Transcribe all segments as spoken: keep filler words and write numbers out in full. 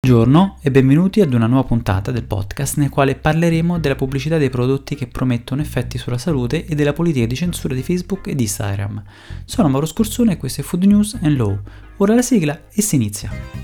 Buongiorno e benvenuti ad una nuova puntata del podcast nel quale parleremo della pubblicità dei prodotti che promettono effetti sulla salute e della politica di censura di Facebook e di Instagram. Sono Mauro Scorsone e questo è Food News and Law. Ora la sigla e si inizia.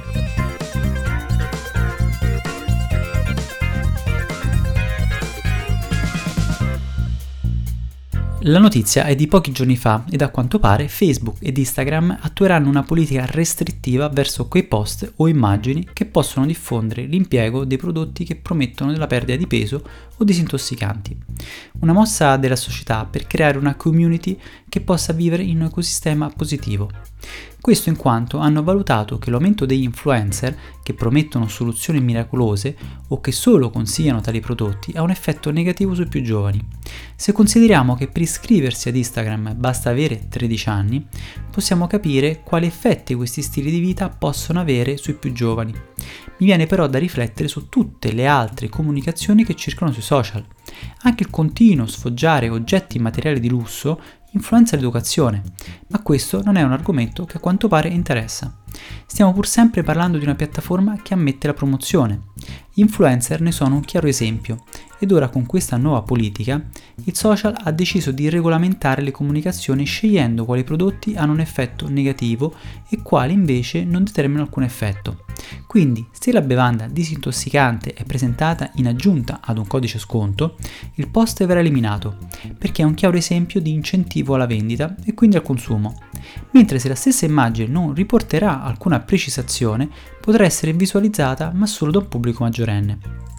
La notizia è di pochi giorni fa ed a quanto pare Facebook ed Instagram attueranno una politica restrittiva verso quei post o immagini che possono diffondere l'impiego dei prodotti che promettono della perdita di peso o disintossicanti. Una mossa della società per creare una community che possa vivere in un ecosistema positivo. Questo in quanto hanno valutato che l'aumento degli influencer che promettono soluzioni miracolose o che solo consigliano tali prodotti ha un effetto negativo sui più giovani. Se consideriamo che per iscriversi ad Instagram basta avere tredici anni, possiamo capire quali effetti questi stili di vita possono avere sui più giovani. Mi viene però da riflettere su tutte le altre comunicazioni che circolano sui social. Anche il continuo sfoggiare oggetti materiali di lusso influenza l'educazione, ma questo non è un argomento che a quanto pare interessa. Stiamo pur sempre parlando di una piattaforma che ammette la promozione. Gli influencer ne sono un chiaro esempio ed ora con questa nuova politica il social ha deciso di regolamentare le comunicazioni scegliendo quali prodotti hanno un effetto negativo e quali invece non determinano alcun effetto. Quindi, se la bevanda disintossicante è presentata in aggiunta ad un codice sconto, il post verrà eliminato, perché è un chiaro esempio di incentivo alla vendita e quindi al consumo. Mentre se la stessa immagine non riporterà alcuna precisazione, potrà essere visualizzata ma solo da un pubblico maggiorenne.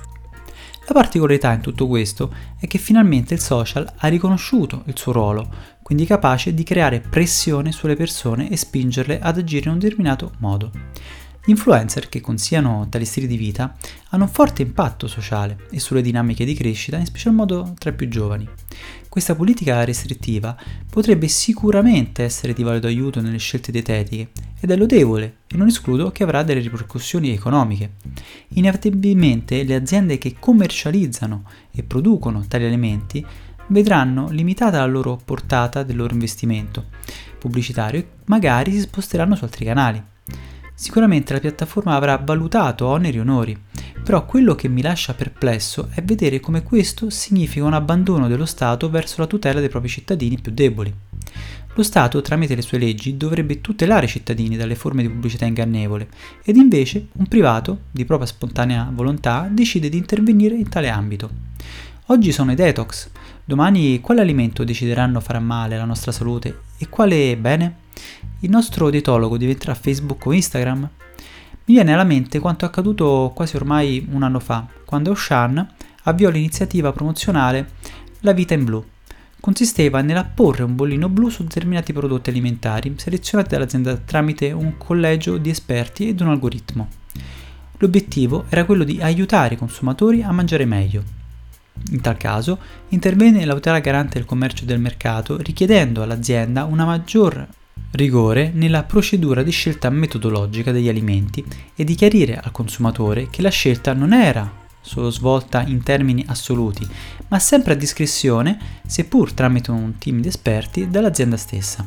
La particolarità in tutto questo è che finalmente il social ha riconosciuto il suo ruolo, quindi capace di creare pressione sulle persone e spingerle ad agire in un determinato modo. Gli influencer che consigliano tali stili di vita hanno un forte impatto sociale e sulle dinamiche di crescita, in special modo tra i più giovani. Questa politica restrittiva potrebbe sicuramente essere di valido aiuto nelle scelte dietetiche ed è lodevole e non escludo che avrà delle ripercussioni economiche. Inevitabilmente le aziende che commercializzano e producono tali alimenti vedranno limitata la loro portata del loro investimento pubblicitario e magari si sposteranno su altri canali. Sicuramente la piattaforma avrà valutato oneri e onori, però quello che mi lascia perplesso è vedere come questo significa un abbandono dello Stato verso la tutela dei propri cittadini più deboli. Lo Stato, tramite le sue leggi, dovrebbe tutelare i cittadini dalle forme di pubblicità ingannevole, ed invece un privato, di propria spontanea volontà, decide di intervenire in tale ambito. Oggi sono i detox, domani quale alimento decideranno farà male alla nostra salute e quale bene? Il nostro dietologo diventerà Facebook o Instagram? Mi viene alla mente quanto accaduto quasi ormai un anno fa, quando Auchan avviò l'iniziativa promozionale La Vita in Blu. Consisteva nell'apporre un bollino blu su determinati prodotti alimentari selezionati dall'azienda tramite un collegio di esperti ed un algoritmo. L'obiettivo era quello di aiutare i consumatori a mangiare meglio. In tal caso intervenne l'Autorità Garante del Commercio e del Mercato richiedendo all'azienda una maggior rigore nella procedura di scelta metodologica degli alimenti e di chiarire al consumatore che la scelta non era solo svolta in termini assoluti, ma sempre a discrezione, seppur tramite un team di esperti, dall'azienda stessa.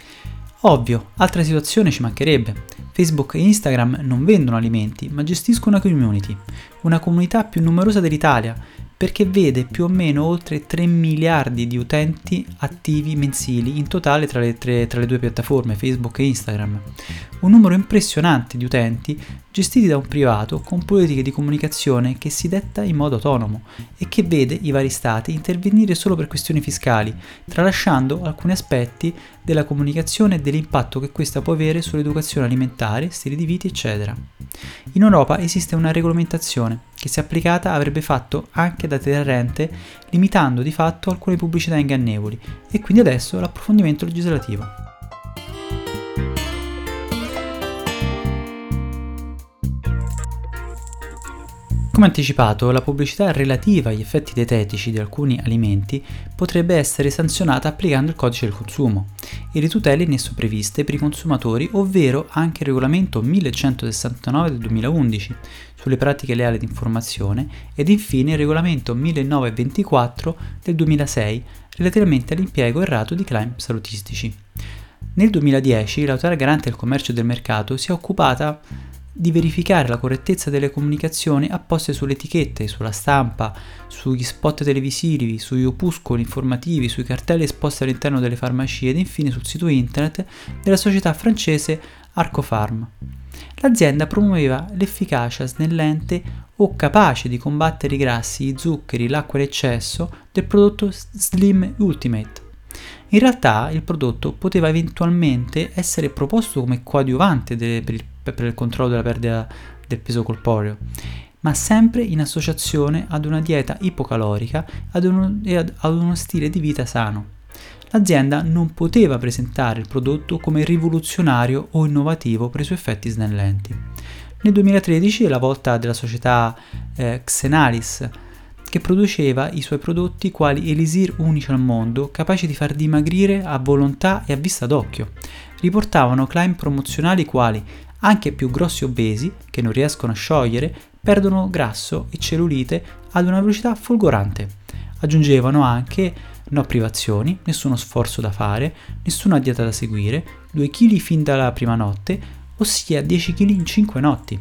Ovvio, altra situazione ci mancherebbe. Facebook e Instagram non vendono alimenti, ma gestiscono una community, una comunità più numerosa dell'Italia, perché vede più o meno oltre tre miliardi di utenti attivi mensili in totale tra le, tre, tra le due piattaforme, Facebook e Instagram. Un numero impressionante di utenti gestiti da un privato con politiche di comunicazione che si detta in modo autonomo e che vede i vari stati intervenire solo per questioni fiscali, tralasciando alcuni aspetti della comunicazione e dell'impatto che questa può avere sull'educazione alimentare, stili di vita, eccetera. In Europa esiste una regolamentazione che, se applicata, avrebbe fatto anche da deterrente, limitando di fatto alcune pubblicità ingannevoli, e quindi adesso l'approfondimento legislativo. Come anticipato, la pubblicità relativa agli effetti dietetici di alcuni alimenti potrebbe essere sanzionata applicando il codice del consumo e le tutele in esso previste per i consumatori, ovvero anche il regolamento millecentosessantanove del duemilaundici sulle pratiche leali di informazione ed infine il regolamento millenovecentoventiquattro del duemilasei relativamente all'impiego errato di claim salutistici. Nel duemiladieci l'Autorità Garante del Commercio e del Mercato si è occupata di verificare la correttezza delle comunicazioni apposte sulle etichette, sulla stampa, sugli spot televisivi, sugli opuscoli informativi, sui cartelli esposti all'interno delle farmacie ed infine sul sito internet della società francese Arcofarm. L'azienda promuoveva l'efficacia snellente o capace di combattere i grassi, i zuccheri, l'acqua in eccesso del prodotto Slim Ultimate. In realtà il prodotto poteva eventualmente essere proposto come coadiuvante de- per, il, per il controllo della perdita del peso corporeo, ma sempre in associazione ad una dieta ipocalorica ad uno, e ad, ad uno stile di vita sano. L'azienda non poteva presentare il prodotto come rivoluzionario o innovativo per i suoi effetti snellenti. Nel duemilatredici è la volta della società eh, Xenalis, che produceva i suoi prodotti quali elisir unici al mondo, capaci di far dimagrire a volontà e a vista d'occhio. Riportavano claim promozionali quali anche più grossi obesi, che non riescono a sciogliere, perdono grasso e cellulite ad una velocità folgorante. Aggiungevano anche no privazioni, nessuno sforzo da fare, nessuna dieta da seguire, due chili fin dalla prima notte, ossia dieci chili in cinque notti.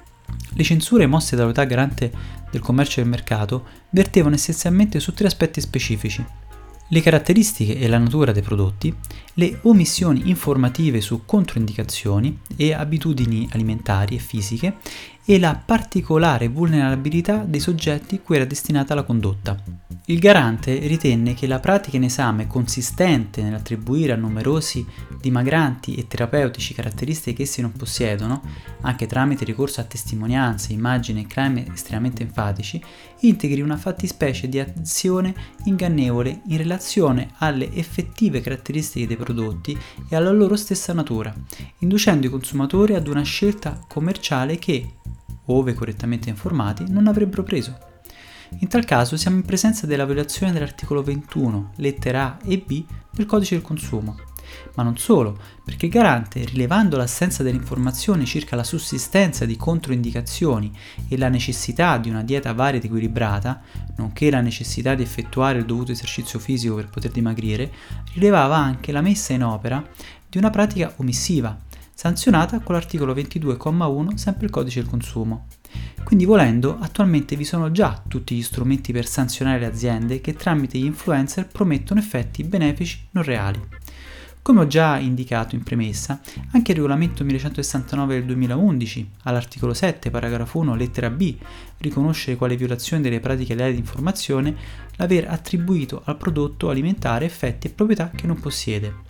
Le censure mosse dall'Autorità Garante del Commercio e del Mercato vertevano essenzialmente su tre aspetti specifici: le caratteristiche e la natura dei prodotti, le omissioni informative su controindicazioni e abitudini alimentari e fisiche e la particolare vulnerabilità dei soggetti cui era destinata la condotta. Il garante ritenne che la pratica in esame, consistente nell'attribuire a numerosi dimagranti e terapeutici caratteristiche che essi non possiedono, anche tramite ricorso a testimonianze, immagini e claim estremamente enfatici, integri una fattispecie di azione ingannevole in relazione alle effettive caratteristiche dei prodotti e alla loro stessa natura, inducendo i consumatori ad una scelta commerciale che, ove correttamente informati, non avrebbero preso. In tal caso siamo in presenza della violazione dell'articolo ventuno, lettere A e B del Codice del Consumo. Ma non solo, perché il garante, rilevando l'assenza delle informazioni circa la sussistenza di controindicazioni e la necessità di una dieta varia ed equilibrata, nonché la necessità di effettuare il dovuto esercizio fisico per poter dimagrire, rilevava anche la messa in opera di una pratica omissiva, sanzionata con l'articolo ventidue comma uno sempre il Codice del Consumo. Quindi, volendo, attualmente vi sono già tutti gli strumenti per sanzionare le aziende che tramite gli influencer promettono effetti benefici non reali. Come ho già indicato in premessa, anche il regolamento millecentosessantanove del duemilaundici, all'articolo sette, paragrafo uno, lettera B, riconosce quale violazione delle pratiche leali di informazione l'aver attribuito al prodotto alimentare effetti e proprietà che non possiede.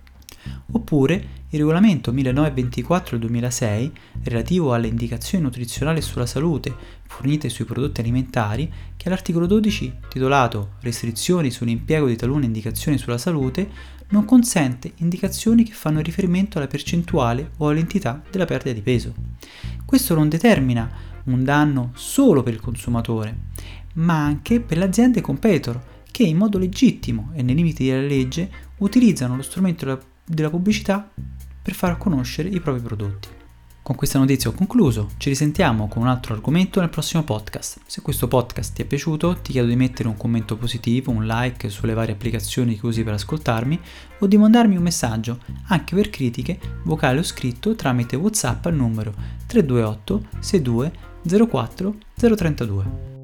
Oppure il regolamento millenovecentoventiquattro del duemilasei, relativo alle indicazioni nutrizionali sulla salute fornite sui prodotti alimentari, che all'articolo dodici, titolato Restrizioni sull'impiego di talune indicazioni sulla salute, non consente indicazioni che fanno riferimento alla percentuale o all'entità della perdita di peso. Questo non determina un danno solo per il consumatore, ma anche per le aziende competitor, che in modo legittimo e nei limiti della legge utilizzano lo strumento della della pubblicità per far conoscere i propri prodotti. Con questa notizia ho concluso, ci risentiamo con un altro argomento nel prossimo podcast. Se questo podcast ti è piaciuto, ti chiedo di mettere un commento positivo, un like sulle varie applicazioni che usi per ascoltarmi o di mandarmi un messaggio, anche per critiche, vocale o scritto, tramite WhatsApp al numero tre due otto sei due zero quattro zero tre due.